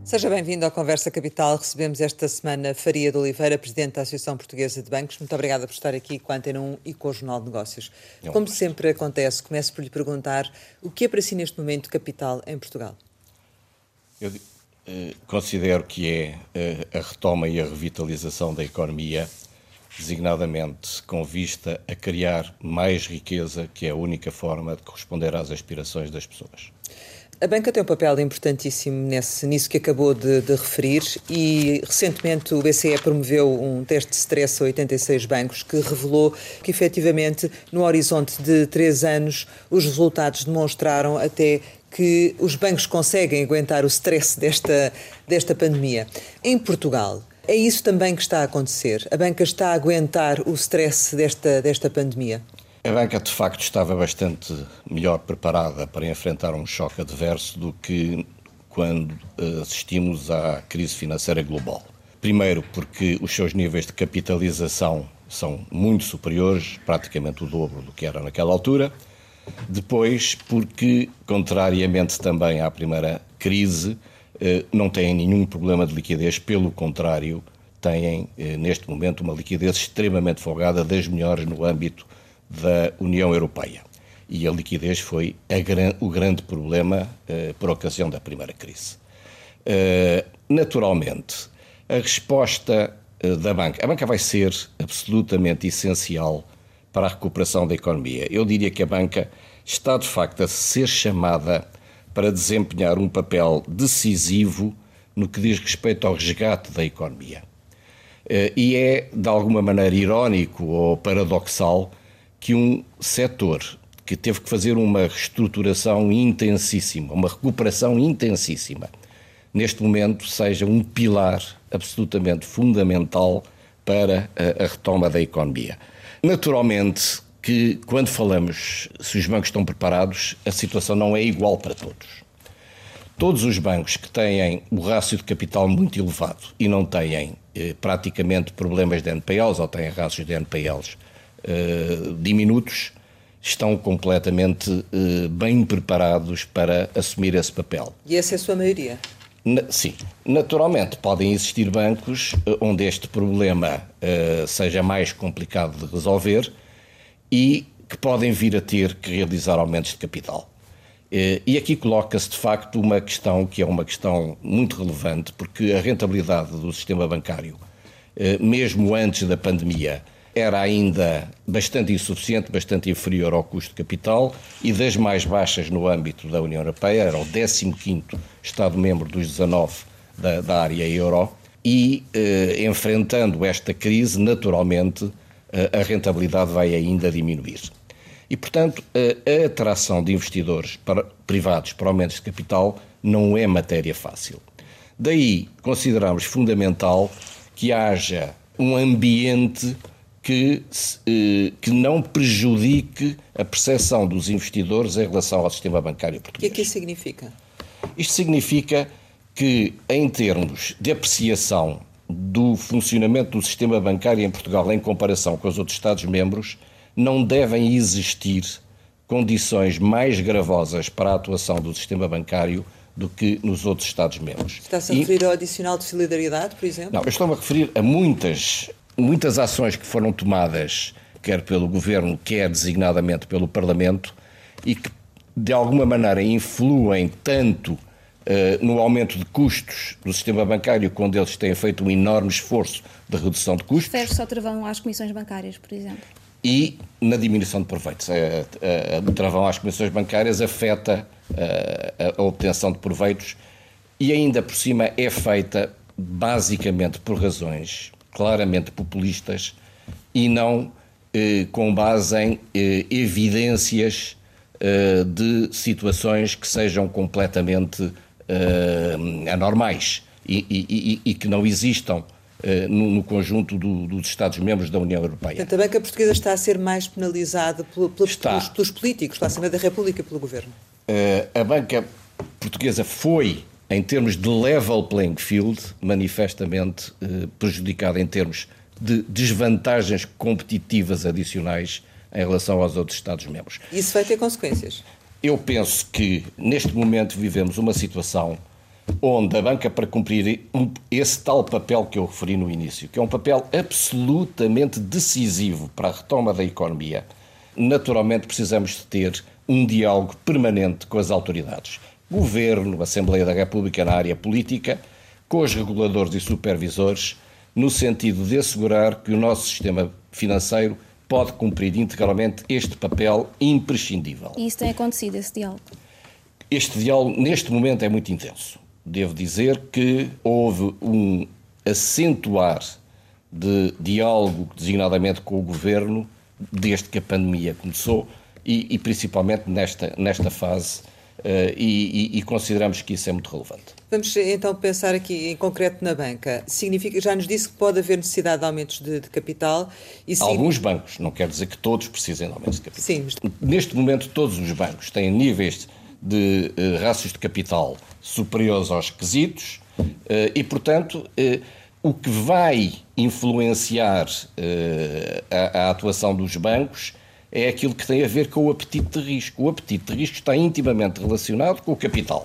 Seja bem-vindo ao Conversa Capital. Recebemos esta semana Faria de Oliveira, Presidente da Associação Portuguesa de Bancos. Muito obrigada por estar aqui com a Antena 1 e com o Jornal de Negócios. Como sempre acontece, começo por lhe perguntar o que é para si neste momento capital em Portugal? Eu considero que é a retoma e a revitalização da economia, designadamente com vista a criar mais riqueza, que é a única forma de corresponder às aspirações das pessoas. A banca tem um papel importantíssimo nisso que acabou de referir e recentemente o BCE promoveu um teste de stress a 86 bancos que revelou que efetivamente no horizonte de 3 anos os resultados demonstraram até que os bancos conseguem aguentar o stress desta pandemia. Em Portugal, é isso também que está a acontecer? A banca está a aguentar o stress desta pandemia? A banca, de facto, estava bastante melhor preparada para enfrentar um choque adverso do que quando assistimos à crise financeira global. Primeiro, porque os seus níveis de capitalização são muito superiores, praticamente o dobro do que era naquela altura. Depois, porque, contrariamente também à primeira crise, não têm nenhum problema de liquidez, pelo contrário, têm, neste momento, uma liquidez extremamente folgada, das melhores no âmbito da União Europeia. E a liquidez foi o grande problema por ocasião da primeira crise. Naturalmente, a resposta da banca... A banca vai ser absolutamente essencial para a recuperação da economia. Eu diria que a banca está, de facto, a ser chamada para desempenhar um papel decisivo no que diz respeito ao resgate da economia. E é, de alguma maneira, irónico ou paradoxal que um setor que teve que fazer uma reestruturação intensíssima, uma recuperação intensíssima, neste momento seja um pilar absolutamente fundamental para a retoma da economia. Naturalmente que, quando falamos se os bancos estão preparados, a situação não é igual para todos. Todos os bancos que têm o rácio de capital muito elevado e não têm praticamente problemas de NPLs ou têm rácios de NPLs diminutos, estão completamente bem preparados para assumir esse papel. E essa é a sua maioria? Sim. Naturalmente, podem existir bancos onde este problema seja mais complicado de resolver e que podem vir a ter que realizar aumentos de capital. E aqui coloca-se, de facto, uma questão que é uma questão muito relevante, porque a rentabilidade do sistema bancário, mesmo antes da pandemia, era ainda bastante insuficiente, bastante inferior ao custo de capital e das mais baixas no âmbito da União Europeia, era o 15º Estado-membro dos 19 da área euro e, enfrentando esta crise, naturalmente, a rentabilidade vai ainda diminuir. E, portanto, a atração de investidores privados para aumentos de capital não é matéria fácil. Daí, consideramos fundamental que haja um ambiente que não prejudique a percepção dos investidores em relação ao sistema bancário português. O que é que isso significa? Isto significa que, em termos de apreciação do funcionamento do sistema bancário em Portugal em comparação com os outros Estados-membros, não devem existir condições mais gravosas para a atuação do sistema bancário do que nos outros Estados-membros. Está-se a referir ao adicional de solidariedade, por exemplo? Não, eu estou-me a referir a muitas ações que foram tomadas, quer pelo Governo, quer designadamente pelo Parlamento, e que, de alguma maneira, influem tanto no aumento de custos do sistema bancário, quando eles têm feito um enorme esforço de redução de custos. Refere-se ao travão às comissões bancárias, por exemplo. E na diminuição de proveitos. O travão às comissões bancárias afeta a obtenção de proveitos e ainda por cima é feita basicamente por razões claramente populistas e não com base em evidências de situações que sejam completamente anormais e que não existam no conjunto dos Estados-membros da União Europeia. Portanto, a banca portuguesa está a ser mais penalizada pelos políticos, pela Assembleia da República e pelo Governo? A banca portuguesa foi, em termos de level playing field, manifestamente prejudicada em termos de desvantagens competitivas adicionais em relação aos outros Estados-membros. Isso vai ter consequências? Eu penso que, neste momento, vivemos uma situação onde a banca, para cumprir esse tal papel que eu referi no início, que é um papel absolutamente decisivo para a retoma da economia, naturalmente precisamos de ter um diálogo permanente com as autoridades. Governo, Assembleia da República na área política, com os reguladores e supervisores, no sentido de assegurar que o nosso sistema financeiro pode cumprir integralmente este papel imprescindível. E isso tem acontecido, esse diálogo? Este diálogo, neste momento, é muito intenso. Devo dizer que houve um acentuar de diálogo, designadamente com o Governo, desde que a pandemia começou e principalmente nesta fase, e consideramos que isso é muito relevante. Vamos então pensar aqui em concreto na banca. Significa, já nos disse que pode haver necessidade de aumentos de capital. Alguns bancos, não quer dizer que todos precisem de aumentos de capital. Sim. Neste momento, todos os bancos têm níveis de rácios de capital superiores aos requisitos e, portanto, o que vai influenciar a atuação dos bancos é aquilo que tem a ver com o apetite de risco. O apetite de risco está intimamente relacionado com o capital.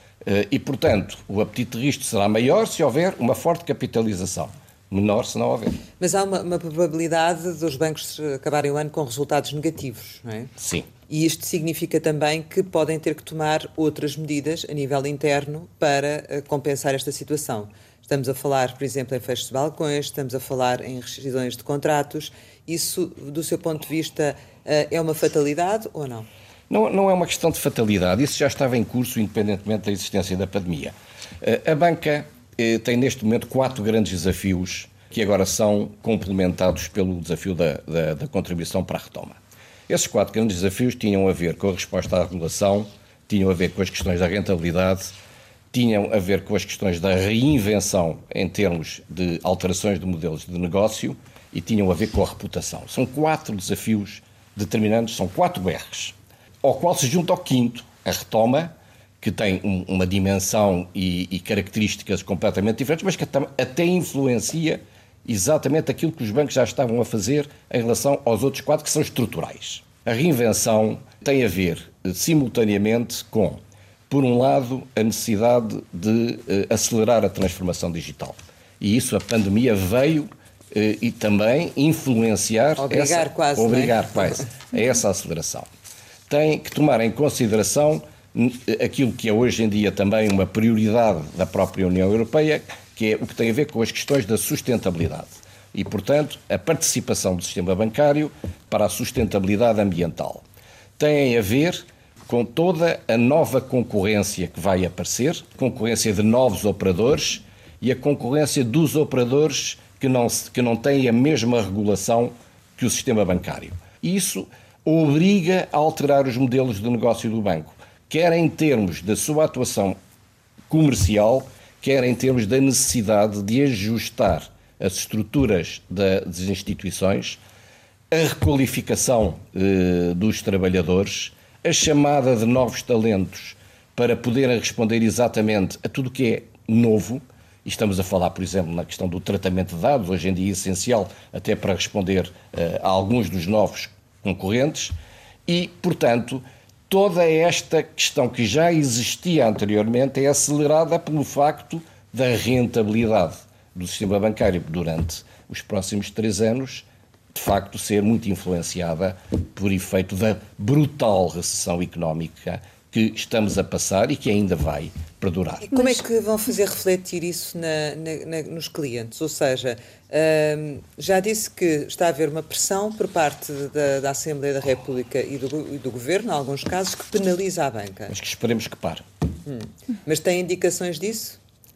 E, portanto, o apetite de risco será maior se houver uma forte capitalização, menor se não houver. Mas há uma probabilidade dos bancos acabarem o ano com resultados negativos, não é? Sim. E isto significa também que podem ter que tomar outras medidas a nível interno para compensar esta situação. Estamos a falar, por exemplo, em fechos de balcões, estamos a falar em rescisões de contratos. Isso, do seu ponto de vista, é uma fatalidade ou não? Não é uma questão de fatalidade. Isso já estava em curso, independentemente da existência da pandemia. A banca tem, neste momento, 4 grandes desafios que agora são complementados pelo desafio da contribuição para a retoma. Esses 4 grandes desafios tinham a ver com a resposta à regulação, tinham a ver com as questões da rentabilidade, tinham a ver com as questões da reinvenção em termos de alterações de modelos de negócio e tinham a ver com a reputação. São 4 desafios determinantes, são 4 R's, ao qual se junta o 5º, a retoma, que tem uma dimensão e características completamente diferentes, mas que até influencia exatamente aquilo que os bancos já estavam a fazer em relação aos outros 4, que são estruturais. A reinvenção tem a ver, simultaneamente, com, por um lado, a necessidade de acelerar a transformação digital. E isso a pandemia veio e também influenciar... Obrigar quase a essa aceleração. Tem que tomar em consideração aquilo que é hoje em dia também uma prioridade da própria União Europeia, que é o que tem a ver com as questões da sustentabilidade e, portanto, a participação do sistema bancário para a sustentabilidade ambiental. Tem a ver com toda a nova concorrência que vai aparecer, concorrência de novos operadores e a concorrência dos operadores que não têm a mesma regulação que o sistema bancário. Isso obriga a alterar os modelos de negócio do banco, quer em termos da sua atuação comercial, quer em termos da necessidade de ajustar as estruturas das instituições, a requalificação dos trabalhadores, a chamada de novos talentos para poderem responder exatamente a tudo o que é novo. E estamos a falar, por exemplo, na questão do tratamento de dados, hoje em dia essencial até para responder a alguns dos novos concorrentes e, portanto, toda esta questão que já existia anteriormente é acelerada pelo facto da rentabilidade do sistema bancário durante os próximos 3 anos, de facto, ser muito influenciada por efeito da brutal recessão económica que estamos a passar e que ainda vai perdurar. E como é que vão fazer refletir isso nos clientes? Ou seja, já disse que está a haver uma pressão por parte da Assembleia da República e do Governo, em alguns casos, que penaliza a banca. Mas que esperemos que pare. Mas tem indicações disso?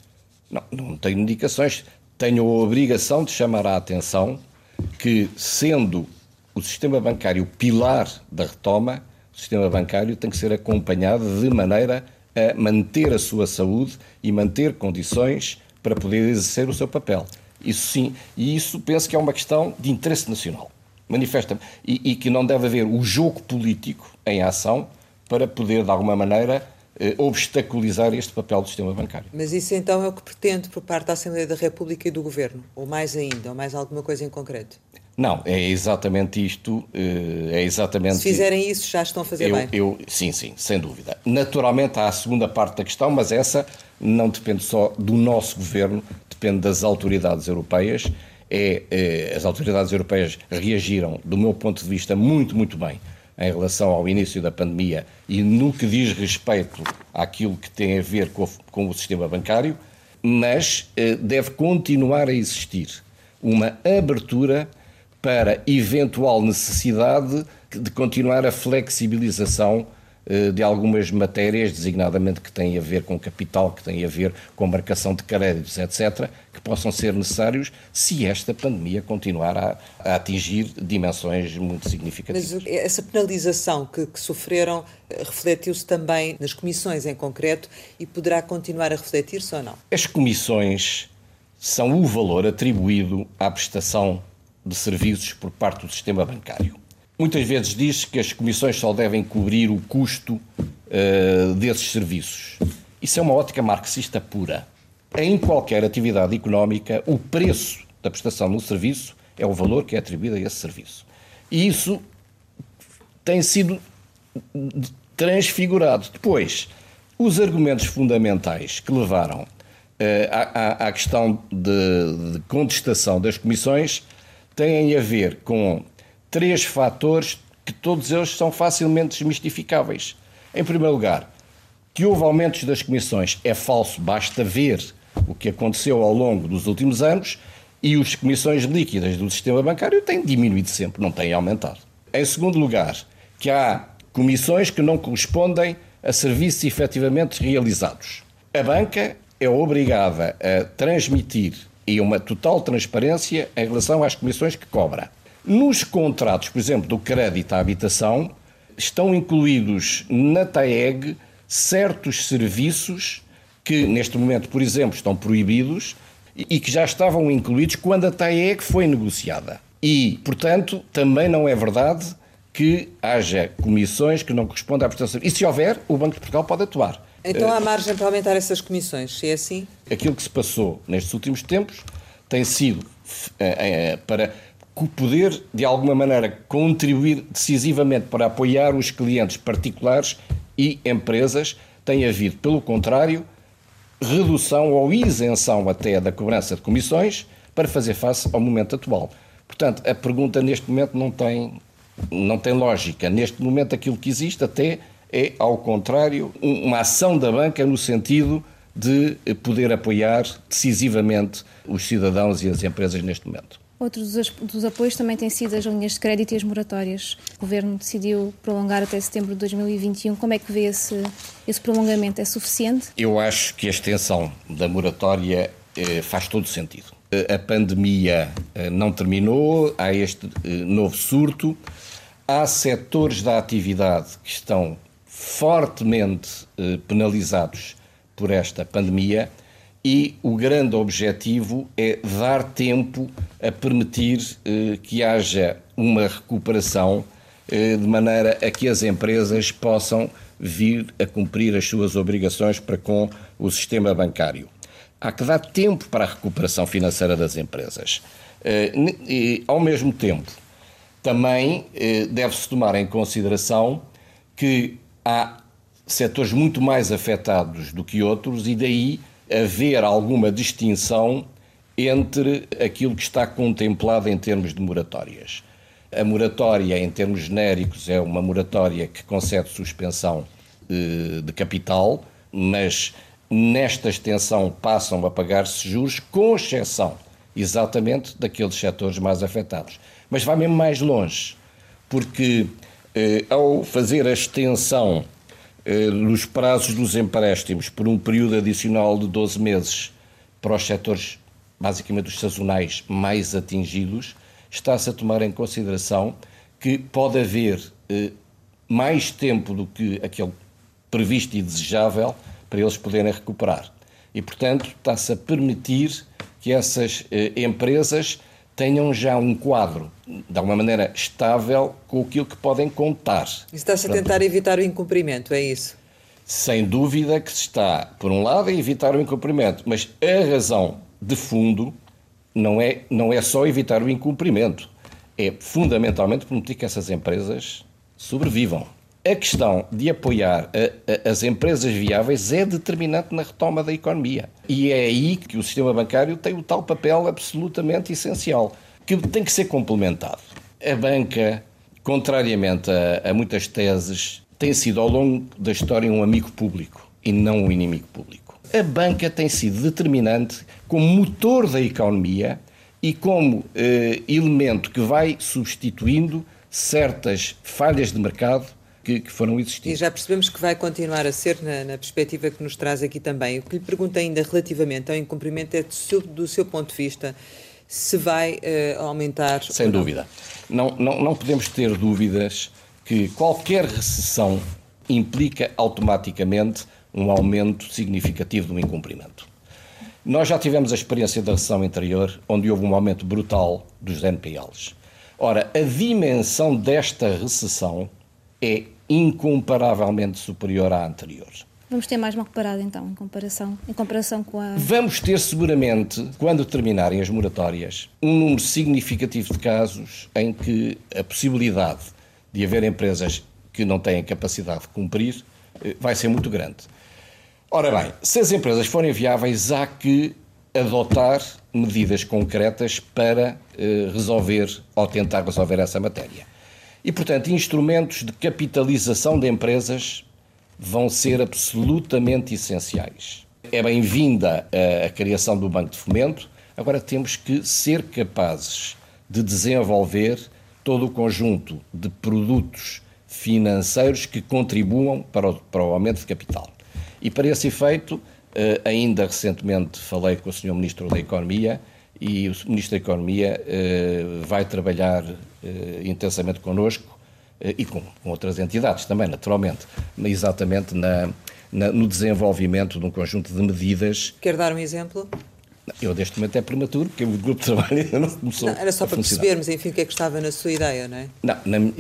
Não tenho indicações. Tenho a obrigação de chamar a atenção que, sendo o sistema bancário o pilar da retoma, o sistema bancário tem que ser acompanhado de maneira a manter a sua saúde e manter condições para poder exercer o seu papel. Isso sim, e isso penso que é uma questão de interesse nacional. Manifesta e que não deve haver o jogo político em ação para poder, de alguma maneira, obstaculizar este papel do sistema bancário. Mas isso então é o que pretende por parte da Assembleia da República e do Governo? Ou mais ainda? Ou mais alguma coisa em concreto? Não, é exatamente isto. Se fizerem isso, já estão a fazer bem? Sim, sem dúvida. Naturalmente há a segunda parte da questão, mas essa não depende só do nosso Governo, depende das autoridades europeias. As autoridades europeias reagiram, do meu ponto de vista, muito bem em relação ao início da pandemia e no que diz respeito àquilo que tem a ver com o sistema bancário, mas deve continuar a existir uma abertura para eventual necessidade de continuar a flexibilização de algumas matérias, designadamente que têm a ver com capital, que têm a ver com marcação de créditos, etc., que possam ser necessários se esta pandemia continuar a atingir dimensões muito significativas. Mas essa penalização que sofreram refletiu-se também nas comissões em concreto e poderá continuar a refletir-se ou não? As comissões são o valor atribuído à prestação de serviços por parte do sistema bancário. Muitas vezes diz-se que as comissões só devem cobrir o custo desses serviços. Isso é uma ótica marxista pura. Em qualquer atividade económica, o preço da prestação de um serviço é o valor que é atribuído a esse serviço. E isso tem sido transfigurado. Depois, os argumentos fundamentais que levaram à questão de contestação das comissões têm a ver com 3 fatores que todos eles são facilmente desmistificáveis. Em primeiro lugar, que houve aumentos das comissões é falso, basta ver o que aconteceu ao longo dos últimos anos e as comissões líquidas do sistema bancário têm diminuído sempre, não têm aumentado. Em segundo lugar, que há comissões que não correspondem a serviços efetivamente realizados. A banca é obrigada a transmitir e uma total transparência em relação às comissões que cobra. Nos contratos, por exemplo, do crédito à habitação, estão incluídos na TAEG certos serviços que, neste momento, por exemplo, estão proibidos e que já estavam incluídos quando a TAEG foi negociada. E, portanto, também não é verdade que haja comissões que não correspondem à prestação. E se houver, o Banco de Portugal pode atuar. Então há margem para aumentar essas comissões, se é assim? Aquilo que se passou nestes últimos tempos tem sido para poder, de alguma maneira, contribuir decisivamente para apoiar os clientes particulares e empresas. Tem havido, pelo contrário, redução ou isenção até da cobrança de comissões para fazer face ao momento atual. Portanto, a pergunta neste momento não tem lógica. Neste momento aquilo que existe até é, ao contrário, uma ação da banca no sentido de poder apoiar decisivamente os cidadãos e as empresas neste momento. Outro dos apoios também tem sido as linhas de crédito e as moratórias. O Governo decidiu prolongar até setembro de 2021. Como é que vê esse prolongamento? É suficiente? Eu acho que a extensão da moratória faz todo sentido. A pandemia não terminou, há este novo surto, há setores da atividade que estão fortemente penalizados por esta pandemia e o grande objetivo é dar tempo a permitir que haja uma recuperação de maneira a que as empresas possam vir a cumprir as suas obrigações para com o sistema bancário. Há que dar tempo para a recuperação financeira das empresas. E, ao mesmo tempo, também deve-se tomar em consideração que há setores muito mais afetados do que outros e daí haver alguma distinção entre aquilo que está contemplado em termos de moratórias. A moratória, em termos genéricos, é uma moratória que concede suspensão de capital, mas nesta extensão passam a pagar-se juros, com exceção exatamente daqueles setores mais afetados. Mas vai mesmo mais longe, porque ao fazer a extensão nos prazos dos empréstimos por um período adicional de 12 meses para os setores, basicamente os sazonais, mais atingidos, está-se a tomar em consideração que pode haver mais tempo do que aquele previsto e desejável para eles poderem recuperar. E, portanto, está-se a permitir que essas empresas tenham já um quadro, de alguma maneira, estável com aquilo que podem contar. E está-se a tentar evitar o incumprimento, é isso? Sem dúvida que se está, por um lado, a evitar o incumprimento, mas a razão de fundo não é só evitar o incumprimento, é fundamentalmente permitir que essas empresas sobrevivam. A questão de apoiar as empresas viáveis é determinante na retoma da economia. E é aí que o sistema bancário tem o tal papel absolutamente essencial, que tem que ser complementado. A banca, contrariamente a muitas teses, tem sido ao longo da história um amigo público e não um inimigo público. A banca tem sido determinante como motor da economia e como elemento que vai substituindo certas falhas de mercado que foram existindo. E já percebemos que vai continuar a ser na perspectiva que nos traz aqui também. O que lhe pergunto ainda relativamente ao incumprimento é do seu ponto de vista, se vai aumentar... Sem dúvida. Não podemos ter dúvidas que qualquer recessão implica automaticamente um aumento significativo do incumprimento. Nós já tivemos a experiência da recessão anterior, onde houve um aumento brutal dos NPLs. Ora, a dimensão desta recessão é incomparavelmente superior à anterior. Vamos ter mais mal reparado, então, em comparação com a... Vamos ter seguramente, quando terminarem as moratórias, um número significativo de casos em que a possibilidade de haver empresas que não têm capacidade de cumprir vai ser muito grande. Ora bem, se as empresas forem viáveis, há que adotar medidas concretas para resolver ou tentar resolver essa matéria. E, portanto, instrumentos de capitalização de empresas vão ser absolutamente essenciais. É bem-vinda a criação do Banco de Fomento, agora temos que ser capazes de desenvolver todo o conjunto de produtos financeiros que contribuam para o aumento de capital. E para esse efeito, ainda recentemente falei com o Sr. Ministro da Economia e o Ministro da Economia vai trabalhar intensamente connosco e com outras entidades também, naturalmente, exatamente no desenvolvimento de um conjunto de medidas. Quer dar um exemplo? Eu, neste momento, é prematuro, porque o grupo de trabalho ainda não começou. Era só para percebermos, enfim, o que é que estava na sua ideia, não é? Não,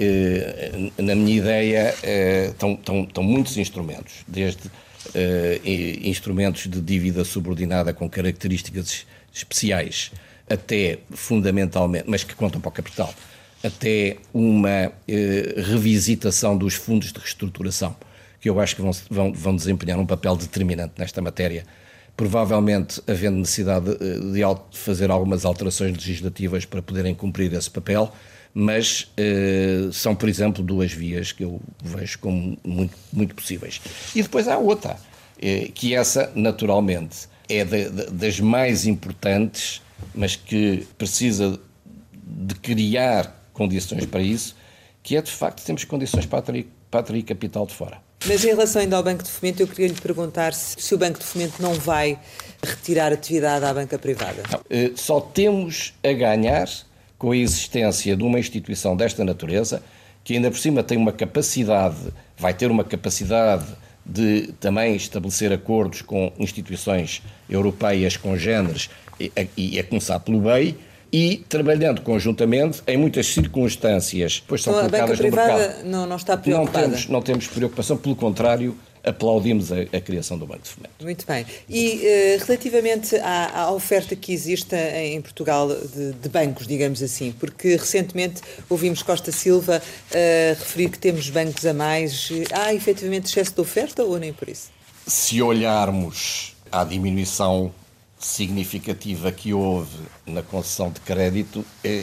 na minha ideia estão muitos instrumentos, desde instrumentos de dívida subordinada com características especiais, até fundamentalmente, mas que contam para o capital, até uma revisitação dos fundos de reestruturação, que eu acho que vão desempenhar um papel determinante nesta matéria, provavelmente havendo necessidade de fazer algumas alterações legislativas para poderem cumprir esse papel, mas são, por exemplo, duas vias que eu vejo como muito, muito possíveis. E depois há outra, que essa, naturalmente, é das mais importantes, mas que precisa de criar condições para isso, que é, de facto, temos condições para atrair capital de fora. Mas em relação ainda ao Banco de Fomento, eu queria lhe perguntar se o Banco de Fomento não vai retirar atividade à banca privada. Não, só temos a ganhar com a existência de uma instituição desta natureza, que ainda por cima tem uma capacidade, vai ter uma capacidade de também estabelecer acordos com instituições europeias congêneres, e a começar pelo BEI, e trabalhando conjuntamente em muitas circunstâncias, pois são colocadas no mercado. A banca privada não está preocupada? Não temos preocupação, pelo contrário, aplaudimos a criação do Banco de Fomento. Muito bem. E relativamente à oferta que existe em Portugal de bancos, digamos assim, porque recentemente ouvimos Costa Silva referir que temos bancos a mais. Há efetivamente excesso de oferta ou nem por isso? Se olharmos à diminuição significativa que houve na concessão de crédito,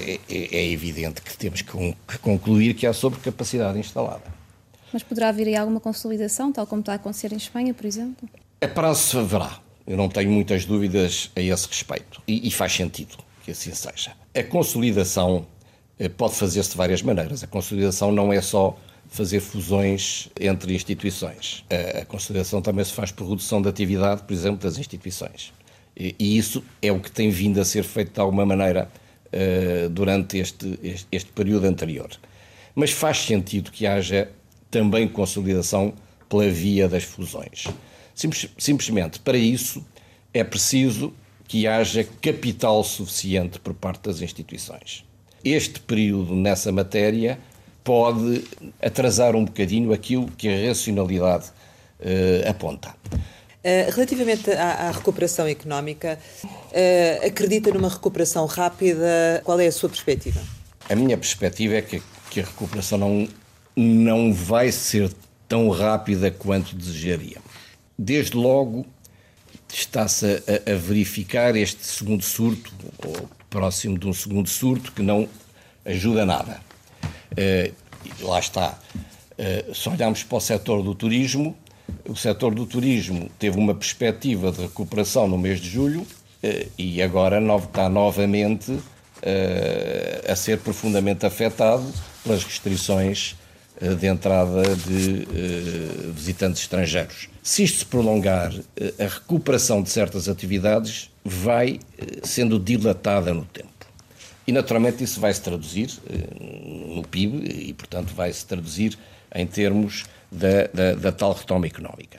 é evidente que temos que concluir que há sobrecapacidade instalada. Mas poderá haver aí alguma consolidação, tal como está a acontecer em Espanha, por exemplo? A prazo haverá. Eu não tenho muitas dúvidas a esse respeito. E faz sentido que assim seja. A consolidação pode fazer-se de várias maneiras. A consolidação não é só fazer fusões entre instituições. A consolidação também se faz por redução da atividade, por exemplo, das instituições. E isso é o que tem vindo a ser feito de alguma maneira durante este período anterior. Mas faz sentido que haja também consolidação pela via das fusões. Simplesmente para isso é preciso que haja capital suficiente por parte das instituições. Este período nessa matéria pode atrasar um bocadinho aquilo que a racionalidade aponta. Relativamente à recuperação económica, acredita numa recuperação rápida? Qual é a sua perspectiva? A minha perspectiva é que a recuperação não vai ser tão rápida quanto desejaríamos. Desde logo está-se a verificar este segundo surto, ou próximo de um segundo surto, que não ajuda nada. Lá está. Se olharmos para o setor do turismo, o setor do turismo teve uma perspectiva de recuperação no mês de julho e agora está novamente a ser profundamente afetado pelas restrições de entrada de visitantes estrangeiros. Se isto se prolongar, a recuperação de certas atividades vai sendo dilatada no tempo. E, naturalmente, isso vai se traduzir no PIB e, portanto, vai se traduzir em termos da tal retoma económica.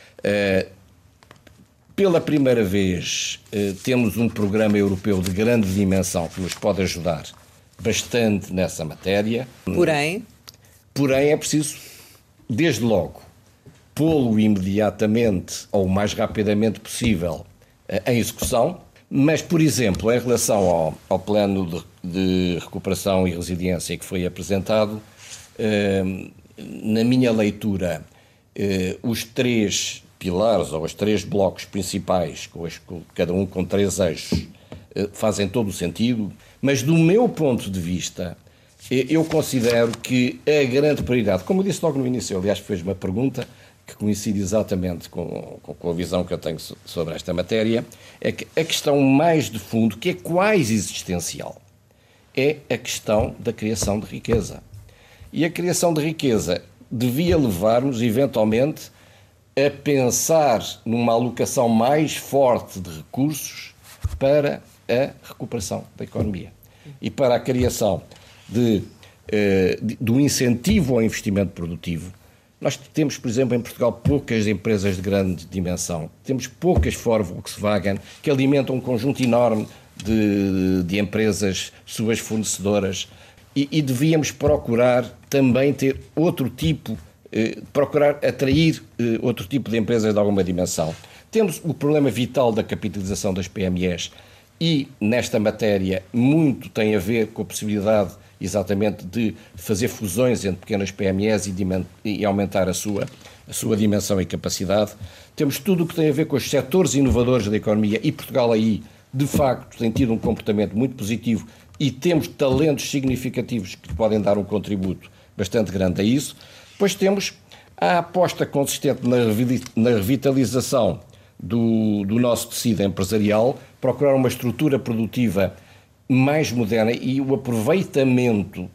Pela primeira vez, temos um programa europeu de grande dimensão que nos pode ajudar bastante nessa matéria. Porém, é preciso, desde logo, pô-lo imediatamente ou o mais rapidamente possível em execução. Mas, por exemplo, em relação ao plano de recuperação e resiliência que foi apresentado, na minha leitura, os 3 pilares ou os 3 blocos principais, cada um com 3 eixos, fazem todo o sentido, mas do meu ponto de vista, eu considero que a grande prioridade, como eu disse logo no início, aliás, fez uma pergunta que coincide exatamente com a visão que eu tenho sobre esta matéria, é que a questão mais de fundo, que é quase existencial, é a questão da criação de riqueza. E a criação de riqueza devia levar-nos, eventualmente, a pensar numa alocação mais forte de recursos para a recuperação da economia e para a criação do incentivo ao investimento produtivo. Nós temos, por exemplo, em Portugal, poucas empresas de grande dimensão. Temos poucas Ford, Volkswagen, que alimentam um conjunto enorme de empresas, suas fornecedoras, e devíamos procurar também ter outro tipo, procurar atrair outro tipo de empresas de alguma dimensão. Temos o problema vital da capitalização das PMEs e, nesta matéria, muito tem a ver com a possibilidade exatamente de fazer fusões entre pequenas PMEs e aumentar a sua dimensão e capacidade. Temos tudo o que tem a ver com os setores inovadores da economia e Portugal aí, de facto, tem tido um comportamento muito positivo e temos talentos significativos que podem dar um contributo bastante grande a isso. Depois temos a aposta consistente na revitalização do nosso tecido empresarial, procurar uma estrutura produtiva mais moderna e o aproveitamento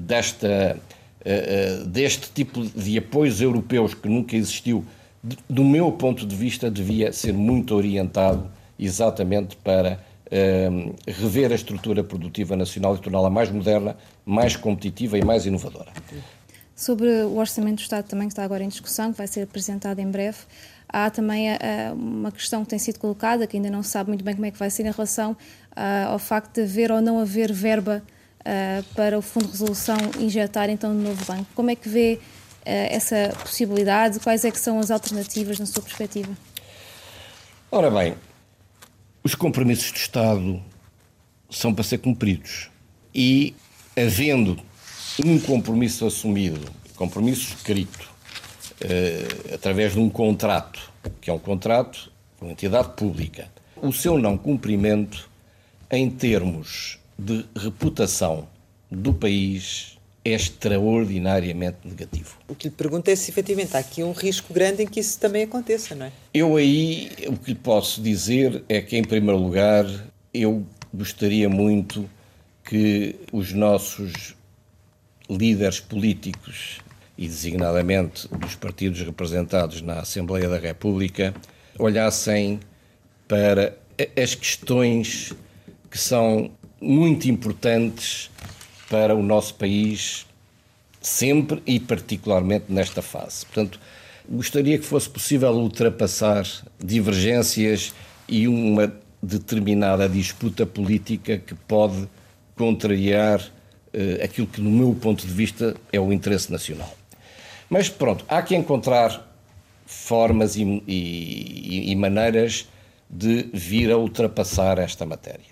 deste tipo de apoios europeus que nunca existiu, do meu ponto de vista, devia ser muito orientado exatamente para rever a estrutura produtiva nacional e torná-la mais moderna, mais competitiva e mais inovadora. Sobre o Orçamento do Estado também que está agora em discussão, que vai ser apresentado em breve, há também uma questão que tem sido colocada, que ainda não se sabe muito bem como é que vai ser em relação ao facto de haver ou não haver verba para o Fundo de Resolução injetar então no novo banco. Como é que vê essa possibilidade? Quais é que são as alternativas na sua perspectiva? Ora bem, os compromissos do Estado são para ser cumpridos e, havendo um compromisso assumido, compromisso escrito, através de um contrato, que é um contrato com entidade pública, o seu não cumprimento, em termos de reputação do país, é extraordinariamente negativo. O que lhe pergunto é se efetivamente há aqui um risco grande em que isso também aconteça, não é? Eu aí, o que lhe posso dizer é que, em primeiro lugar, eu gostaria muito que os nossos líderes políticos e designadamente dos partidos representados na Assembleia da República olhassem para as questões que são muito importantes para o nosso país sempre e particularmente nesta fase. Portanto, gostaria que fosse possível ultrapassar divergências e uma determinada disputa política que pode contrariar aquilo que, no meu ponto de vista, é o interesse nacional. Mas, pronto, há que encontrar formas e maneiras de vir a ultrapassar esta matéria.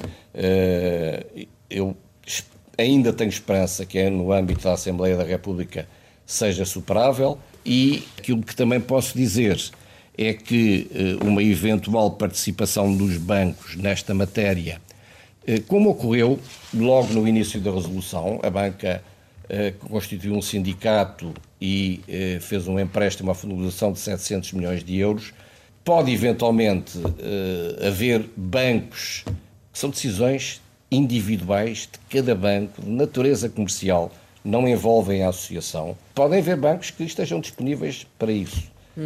Eu ainda tenho esperança que no âmbito da Assembleia da República seja superável, e aquilo que também posso dizer é que uma eventual participação dos bancos nesta matéria, como ocorreu logo no início da resolução, a banca constituiu um sindicato e fez um empréstimo à Fundação de 700 milhões de euros, pode eventualmente haver bancos que são decisões individuais de cada banco, de natureza comercial, não envolvem a associação. Podem haver bancos que estejam disponíveis para isso.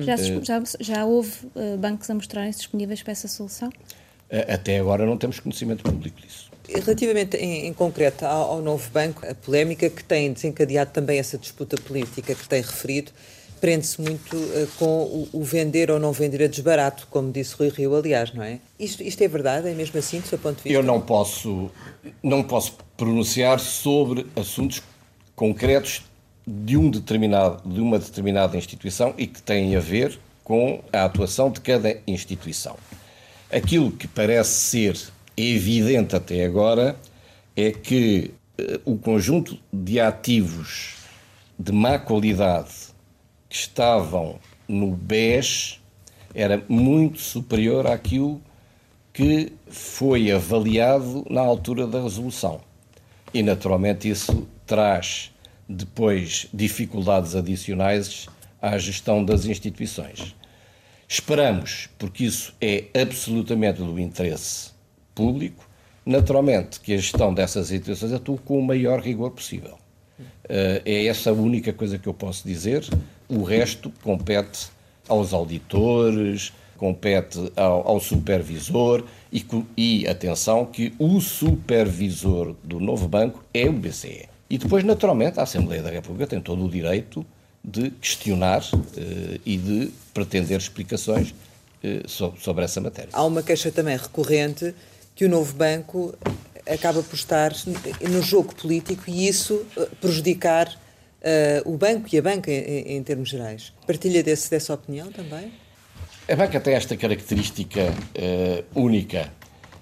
Já houve bancos a mostrarem-se disponíveis para essa solução? Até agora não temos conhecimento público disso. Relativamente em concreto ao novo banco, a polémica que tem desencadeado também essa disputa política que tem referido, prende-se muito com o vender ou não vender a desbarato, como disse Rui Rio, aliás, não é? Isto é verdade? É mesmo assim, do seu ponto de vista? Eu não posso pronunciar sobre assuntos concretos de uma determinada instituição e que têm a ver com a atuação de cada instituição. Aquilo que parece ser evidente até agora é que o conjunto de ativos de má qualidade que estavam no BES era muito superior àquilo que foi avaliado na altura da resolução. E, naturalmente, isso traz depois dificuldades adicionais à gestão das instituições. Esperamos, porque isso é absolutamente do interesse público, naturalmente que a gestão dessas instituições atue com o maior rigor possível. É essa a única coisa que eu posso dizer. O resto compete aos auditores, compete ao supervisor e atenção que o supervisor do novo banco é o BCE. E depois, naturalmente, a Assembleia da República tem todo o direito de questionar e de pretender explicações sobre essa matéria. Há uma queixa também recorrente que o novo banco acaba por estar no jogo político e isso prejudicar o banco e a banca em termos gerais. Partilha dessa opinião também? A banca tem esta característica única.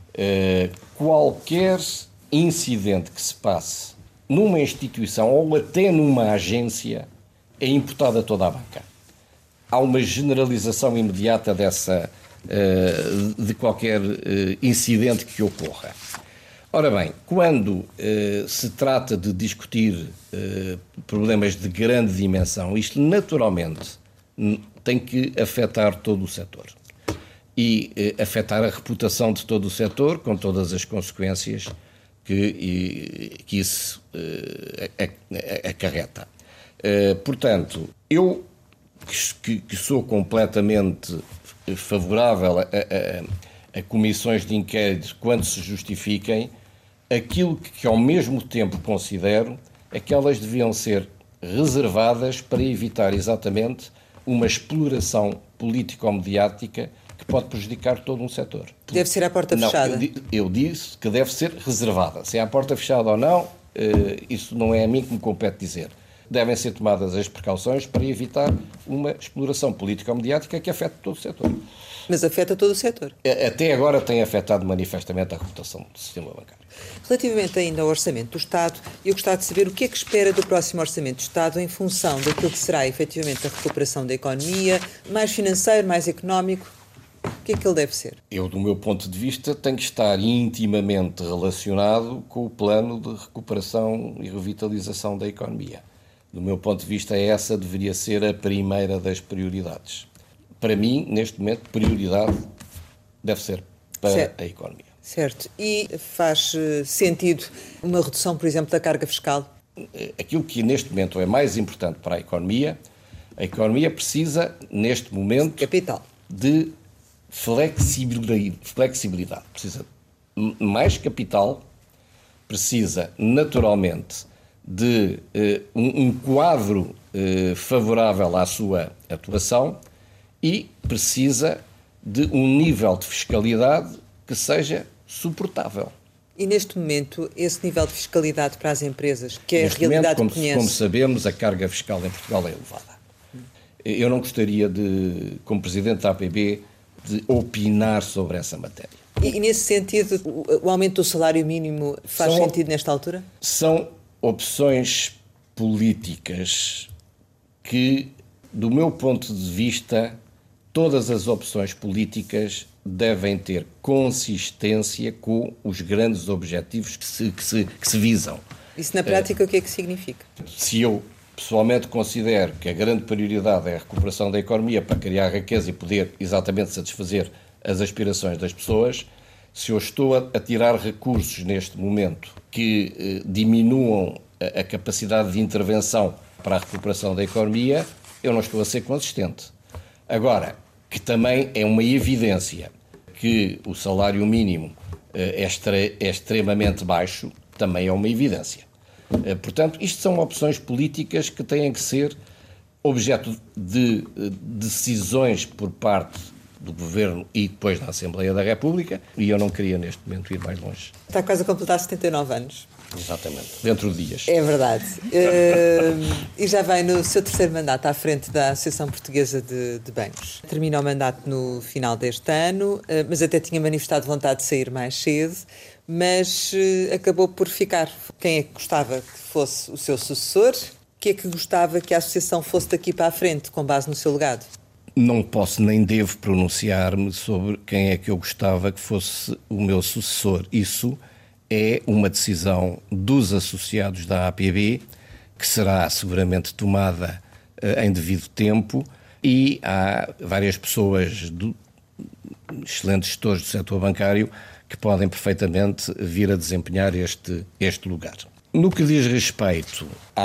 Qualquer incidente que se passe numa instituição ou até numa agência é imputado a toda a banca. Há uma generalização imediata de qualquer incidente que ocorra. Ora bem, quando se trata de discutir problemas de grande dimensão, isto naturalmente tem que afetar todo o setor e afetar a reputação de todo o setor, com todas as consequências que isso acarreta. Portanto, eu que sou completamente favorável a comissões de inquérito quando se justifiquem, aquilo que ao mesmo tempo considero é que elas deviam ser reservadas para evitar exatamente uma exploração político-mediática que pode prejudicar todo um setor. Deve ser à porta fechada? Eu disse que deve ser reservada. Se é à porta fechada ou não, isso não é a mim que me compete dizer. Devem ser tomadas as precauções para evitar uma exploração político-mediática que afete todo o setor. Mas afeta todo o setor? Até agora tem afetado manifestamente a reputação do sistema bancário. Relativamente ainda ao Orçamento do Estado, eu gostava de saber o que é que espera do próximo Orçamento do Estado em função daquilo que será efetivamente a recuperação da economia, mais financeiro, mais económico. O que é que ele deve ser? Eu, do meu ponto de vista, tem que estar intimamente relacionado com o plano de recuperação e revitalização da economia. Do meu ponto de vista, essa deveria ser a primeira das prioridades. Para mim, neste momento, prioridade deve ser para a economia. Certo. E faz sentido uma redução, por exemplo, da carga fiscal? Aquilo que neste momento é mais importante para a economia precisa, neste momento, capital, de flexibilidade. Precisa de mais capital, precisa naturalmente de um quadro favorável à sua atuação e precisa de um nível de fiscalidade que seja suportável. E neste momento, esse nível de fiscalidade para as empresas, que é neste a realidade momento, que conhece... Como sabemos, a carga fiscal em Portugal é elevada. eu não gostaria de, como Presidente da APB, de opinar sobre essa matéria. E nesse sentido, o aumento do salário mínimo faz sentido nesta altura? São opções políticas que, do meu ponto de vista, todas as opções políticas devem ter consistência com os grandes objetivos que se visam. Isso na prática o que é que significa? Se eu pessoalmente considero que a grande prioridade é a recuperação da economia para criar riqueza e poder exatamente satisfazer as aspirações das pessoas, se eu estou a tirar recursos neste momento que diminuam a capacidade de intervenção para a recuperação da economia, eu não estou a ser consistente. Agora, que também é uma evidência que o salário mínimo é extremamente baixo, também é uma evidência. Portanto, isto são opções políticas que têm que ser objeto de decisões por parte do Governo e depois da Assembleia da República, e eu não queria neste momento ir mais longe. Está quase a completar 79 anos. Exatamente, dentro de dias. É verdade. E já vai no seu terceiro mandato à frente da Associação Portuguesa de Bancos. Termina o mandato no final deste ano, mas até tinha manifestado vontade de sair mais cedo, mas acabou por ficar. Quem é que gostava que fosse o seu sucessor? O que é que gostava que a Associação fosse daqui para a frente, com base no seu legado? Não posso nem devo pronunciar-me sobre quem é que eu gostava que fosse o meu sucessor. Isso é uma decisão dos associados da APB, que será seguramente tomada em devido tempo, e há várias pessoas, excelentes gestores do setor bancário, que podem perfeitamente vir a desempenhar este lugar. No que diz respeito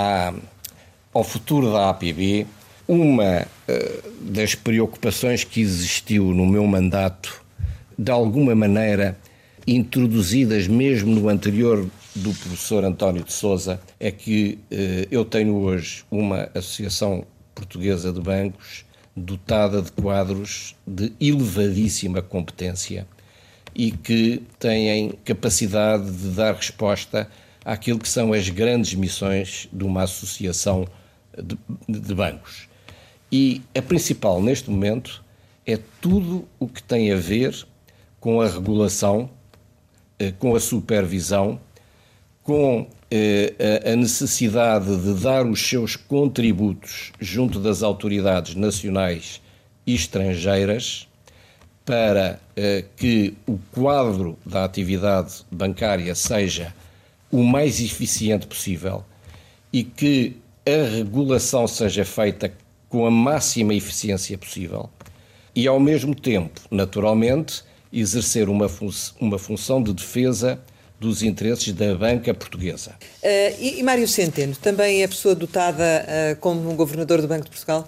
ao futuro da APB, uma das preocupações que existiu no meu mandato, de alguma maneira introduzidas mesmo no anterior do professor António de Sousa, é que eu tenho hoje uma Associação Portuguesa de Bancos dotada de quadros de elevadíssima competência e que têm capacidade de dar resposta àquilo que são as grandes missões de uma associação de bancos. E a principal neste momento é tudo o que tem a ver com a regulação, com a supervisão, com a necessidade de dar os seus contributos junto das autoridades nacionais e estrangeiras para que o quadro da atividade bancária seja o mais eficiente possível e que a regulação seja feita com a máxima eficiência possível e, ao mesmo tempo, naturalmente, exercer uma função de defesa dos interesses da banca portuguesa. E Mário Centeno, também é pessoa dotada como governador do Banco de Portugal?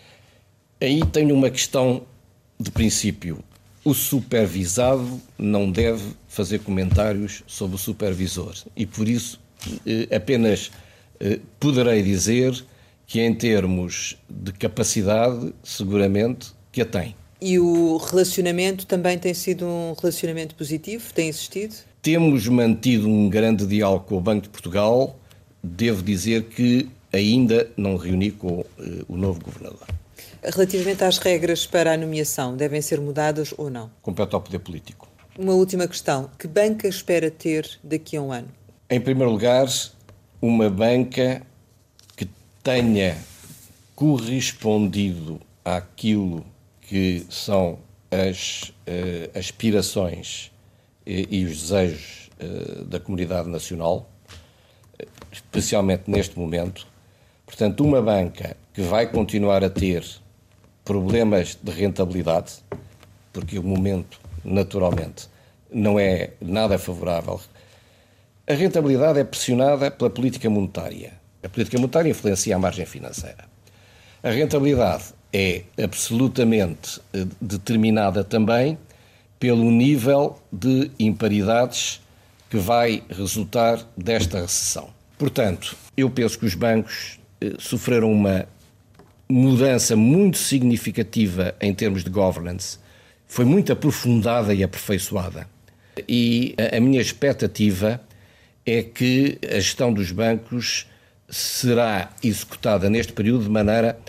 Aí tenho uma questão de princípio. O supervisado não deve fazer comentários sobre o supervisor e, por isso, apenas poderei dizer que, em termos de capacidade, seguramente que a tem. E o relacionamento também tem sido um relacionamento positivo? Tem existido? Temos mantido um grande diálogo com o Banco de Portugal. Devo dizer que ainda não reuni com o novo governador. Relativamente às regras para a nomeação, devem ser mudadas ou não? Compete ao poder político. Uma última questão. Que banca espera ter daqui a um ano? Em primeiro lugar, uma banca que tenha correspondido àquilo que são as aspirações e os desejos da comunidade nacional, especialmente neste momento. Portanto, uma banca que vai continuar a ter problemas de rentabilidade, porque o momento, naturalmente, não é nada favorável. A rentabilidade é pressionada pela política monetária. A política monetária influencia a margem financeira. A rentabilidade é absolutamente determinada também pelo nível de imparidades que vai resultar desta recessão. Portanto, eu penso que os bancos sofreram uma mudança muito significativa em termos de governance, foi muito aprofundada e aperfeiçoada. E a minha expectativa é que a gestão dos bancos será executada neste período de maneira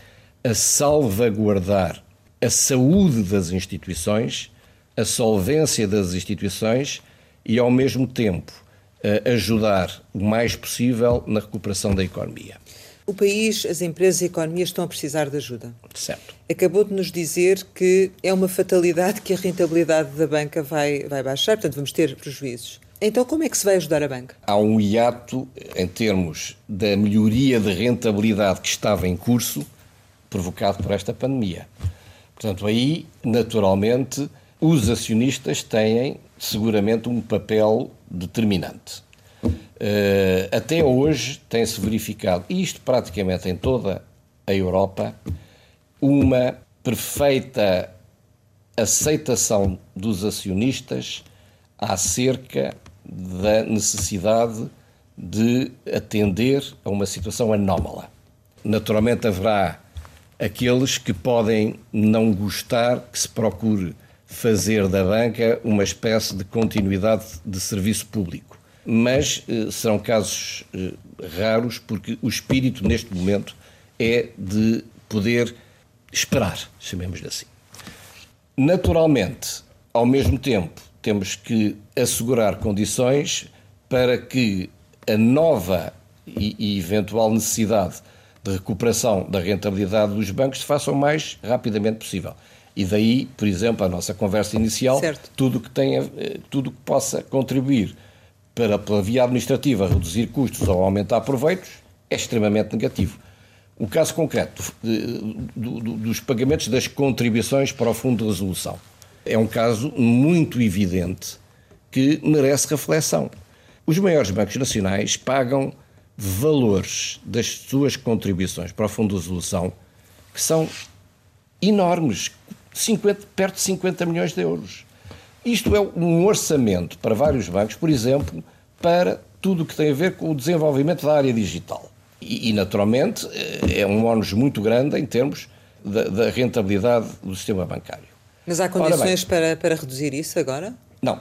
a salvaguardar a saúde das instituições, a solvência das instituições e, ao mesmo tempo, ajudar o mais possível na recuperação da economia. O país, as empresas e a economia estão a precisar de ajuda. Certo. Acabou de nos dizer que é uma fatalidade que a rentabilidade da banca vai baixar, portanto vamos ter prejuízos. Então como é que se vai ajudar a banca? Há um hiato em termos da melhoria de rentabilidade que estava em curso, provocado por esta pandemia. Portanto, aí, naturalmente, os acionistas têm seguramente um papel determinante. Até hoje tem-se verificado, e isto praticamente em toda a Europa, uma perfeita aceitação dos acionistas acerca da necessidade de atender a uma situação anómala. Naturalmente haverá aqueles que podem não gostar que se procure fazer da banca uma espécie de continuidade de serviço público. Mas serão casos raros, porque o espírito neste momento é de poder esperar, chamemos-lhe assim. Naturalmente, ao mesmo tempo, temos que assegurar condições para que a nova e eventual necessidade de recuperação da rentabilidade dos bancos se faça o mais rapidamente possível. E daí, por exemplo, a nossa conversa inicial, tudo que possa contribuir para, pela via administrativa, reduzir custos ou aumentar proveitos, é extremamente negativo. O caso concreto dos pagamentos das contribuições para o Fundo de Resolução é um caso muito evidente que merece reflexão. Os maiores bancos nacionais pagam valores das suas contribuições para o Fundo de Resolução que são enormes, perto de 50 milhões de euros. Isto é um orçamento para vários bancos, por exemplo, para tudo o que tem a ver com o desenvolvimento da área digital. E naturalmente, é um ónus muito grande em termos da rentabilidade do sistema bancário. Mas há condições para reduzir isso agora?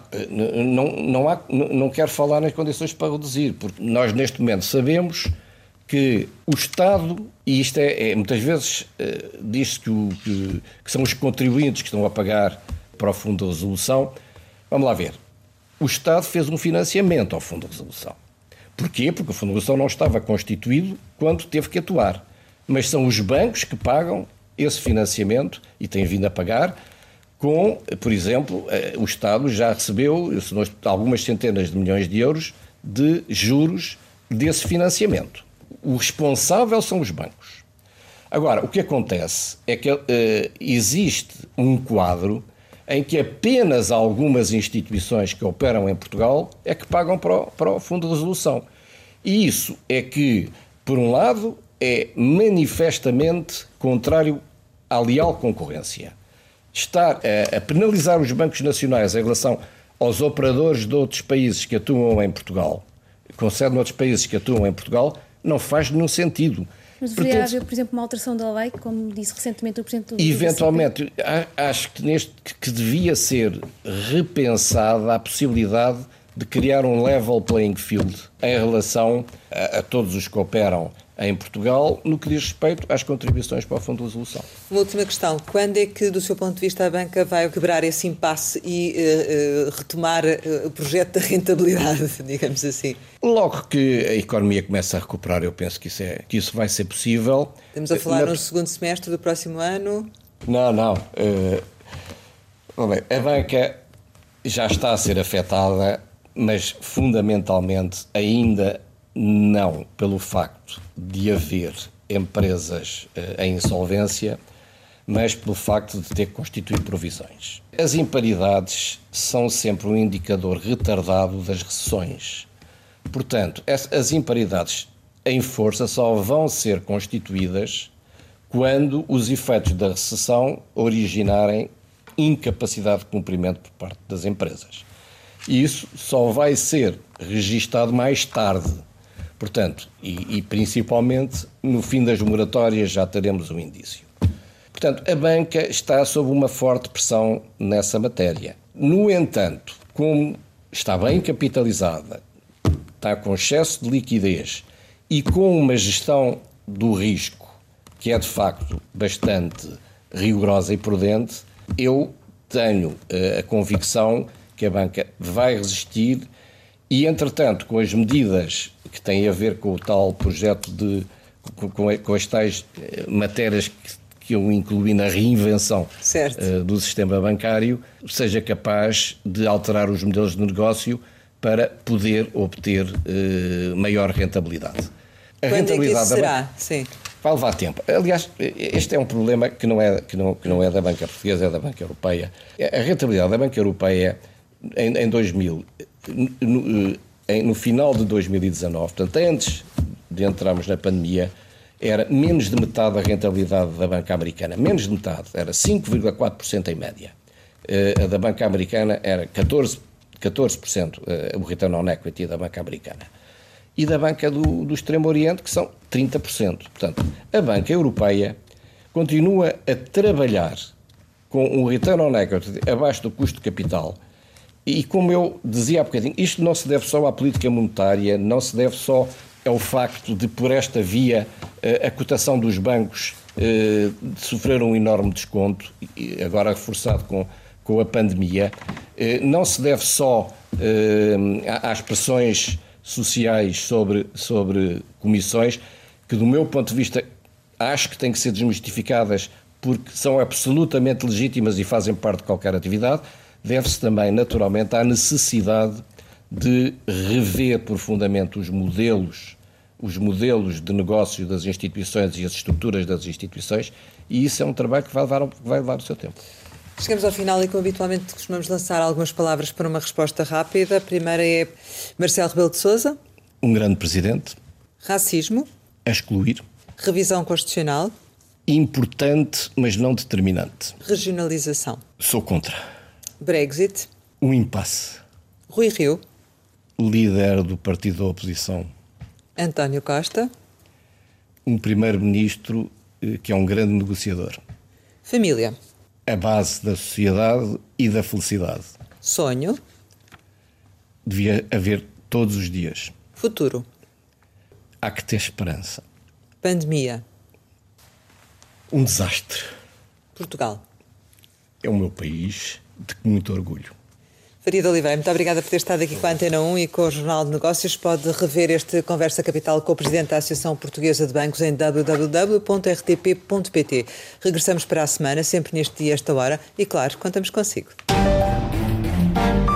Não quero falar nas condições para reduzir, porque nós neste momento sabemos que o Estado, e isto muitas vezes diz-se que são os contribuintes que estão a pagar para o Fundo de Resolução. Vamos lá ver. O Estado fez um financiamento ao Fundo de Resolução. Porquê? Porque o Fundo de Resolução não estava constituído quando teve que atuar. Mas são os bancos que pagam esse financiamento e têm vindo a pagar com, por exemplo, o Estado já recebeu algumas centenas de milhões de euros de juros desse financiamento. O responsável são os bancos. Agora, o que acontece é que existe um quadro em que apenas algumas instituições que operam em Portugal é que pagam para o Fundo de Resolução. E isso é que, por um lado, é manifestamente contrário à leal concorrência. Estar a penalizar os bancos nacionais em relação aos operadores de outros países que atuam em Portugal, com sede noutros países que atuam em Portugal, não faz nenhum sentido. Mas deveria haver, por exemplo, uma alteração da lei, como disse recentemente o Presidente do eventualmente, acho que devia ser repensada a possibilidade de criar um level playing field em relação a todos os que operam em Portugal, no que diz respeito às contribuições para o Fundo de Resolução. Uma última questão. Quando é que, do seu ponto de vista, a banca vai quebrar esse impasse e retomar o projeto da rentabilidade, digamos assim? Logo que a economia começa a recuperar, eu penso que isso vai ser possível. Estamos a falar no segundo semestre do próximo ano? Não. A banca já está a ser afetada, mas fundamentalmente ainda não pelo facto de haver empresas em insolvência, mas pelo facto de ter que constituir provisões. As imparidades são sempre um indicador retardado das recessões. Portanto, as imparidades em força só vão ser constituídas quando os efeitos da recessão originarem incapacidade de cumprimento por parte das empresas. E isso só vai ser registado mais tarde. Portanto, e principalmente no fim das moratórias já teremos um indício. Portanto, a banca está sob uma forte pressão nessa matéria. No entanto, como está bem capitalizada, está com excesso de liquidez e com uma gestão do risco que é de facto bastante rigorosa e prudente, eu tenho a convicção que a banca vai resistir e, entretanto, com as medidas que têm a ver com o tal projeto com as tais matérias que eu incluí na reinvenção do sistema bancário, seja capaz de alterar os modelos de negócio para poder obter maior rentabilidade. A rentabilidade será? Sim. Vai levar tempo. Aliás, este é um problema que não é da banca portuguesa, é da banca europeia. A rentabilidade da banca europeia no final de 2019, portanto, antes de entrarmos na pandemia, era menos de metade da rentabilidade da banca americana. Menos de metade. Era 5,4% em média. A da banca americana era 14% o return on equity da banca americana. E da banca do Extremo Oriente, que são 30%. Portanto, a banca europeia continua a trabalhar com um return on equity abaixo do custo de capital. E como eu dizia há bocadinho, isto não se deve só à política monetária, não se deve só ao facto de, por esta via, a cotação dos bancos sofrer um enorme desconto, agora reforçado com a pandemia, não se deve só às pressões sociais sobre comissões, que do meu ponto de vista acho que têm que ser desmistificadas porque são absolutamente legítimas e fazem parte de qualquer atividade. Deve-se também, naturalmente, à necessidade de rever profundamente os modelos de negócio das instituições e as estruturas das instituições, e isso é um trabalho que vai levar o seu tempo. Chegamos ao final e, como habitualmente, costumamos lançar algumas palavras para uma resposta rápida. A primeira é Marcelo Rebelo de Sousa. Um grande presidente. Racismo. A excluir. Revisão constitucional. Importante, mas não determinante. Regionalização. Sou contra. Brexit. Um impasse. Rui Rio. Líder do partido da oposição. António Costa. Um primeiro-ministro que é um grande negociador. Família. A base da sociedade e da felicidade. Sonho. Devia haver todos os dias. Futuro. Há que ter esperança. Pandemia. Um desastre. Portugal. É o meu país, de muito orgulho. Faria de Oliveira, muito obrigada por ter estado aqui com a Antena 1 e com o Jornal de Negócios. Pode rever este Conversa Capital com o Presidente da Associação Portuguesa de Bancos em www.rtp.pt. Regressamos para a semana, sempre neste dia, esta hora, e claro, contamos consigo.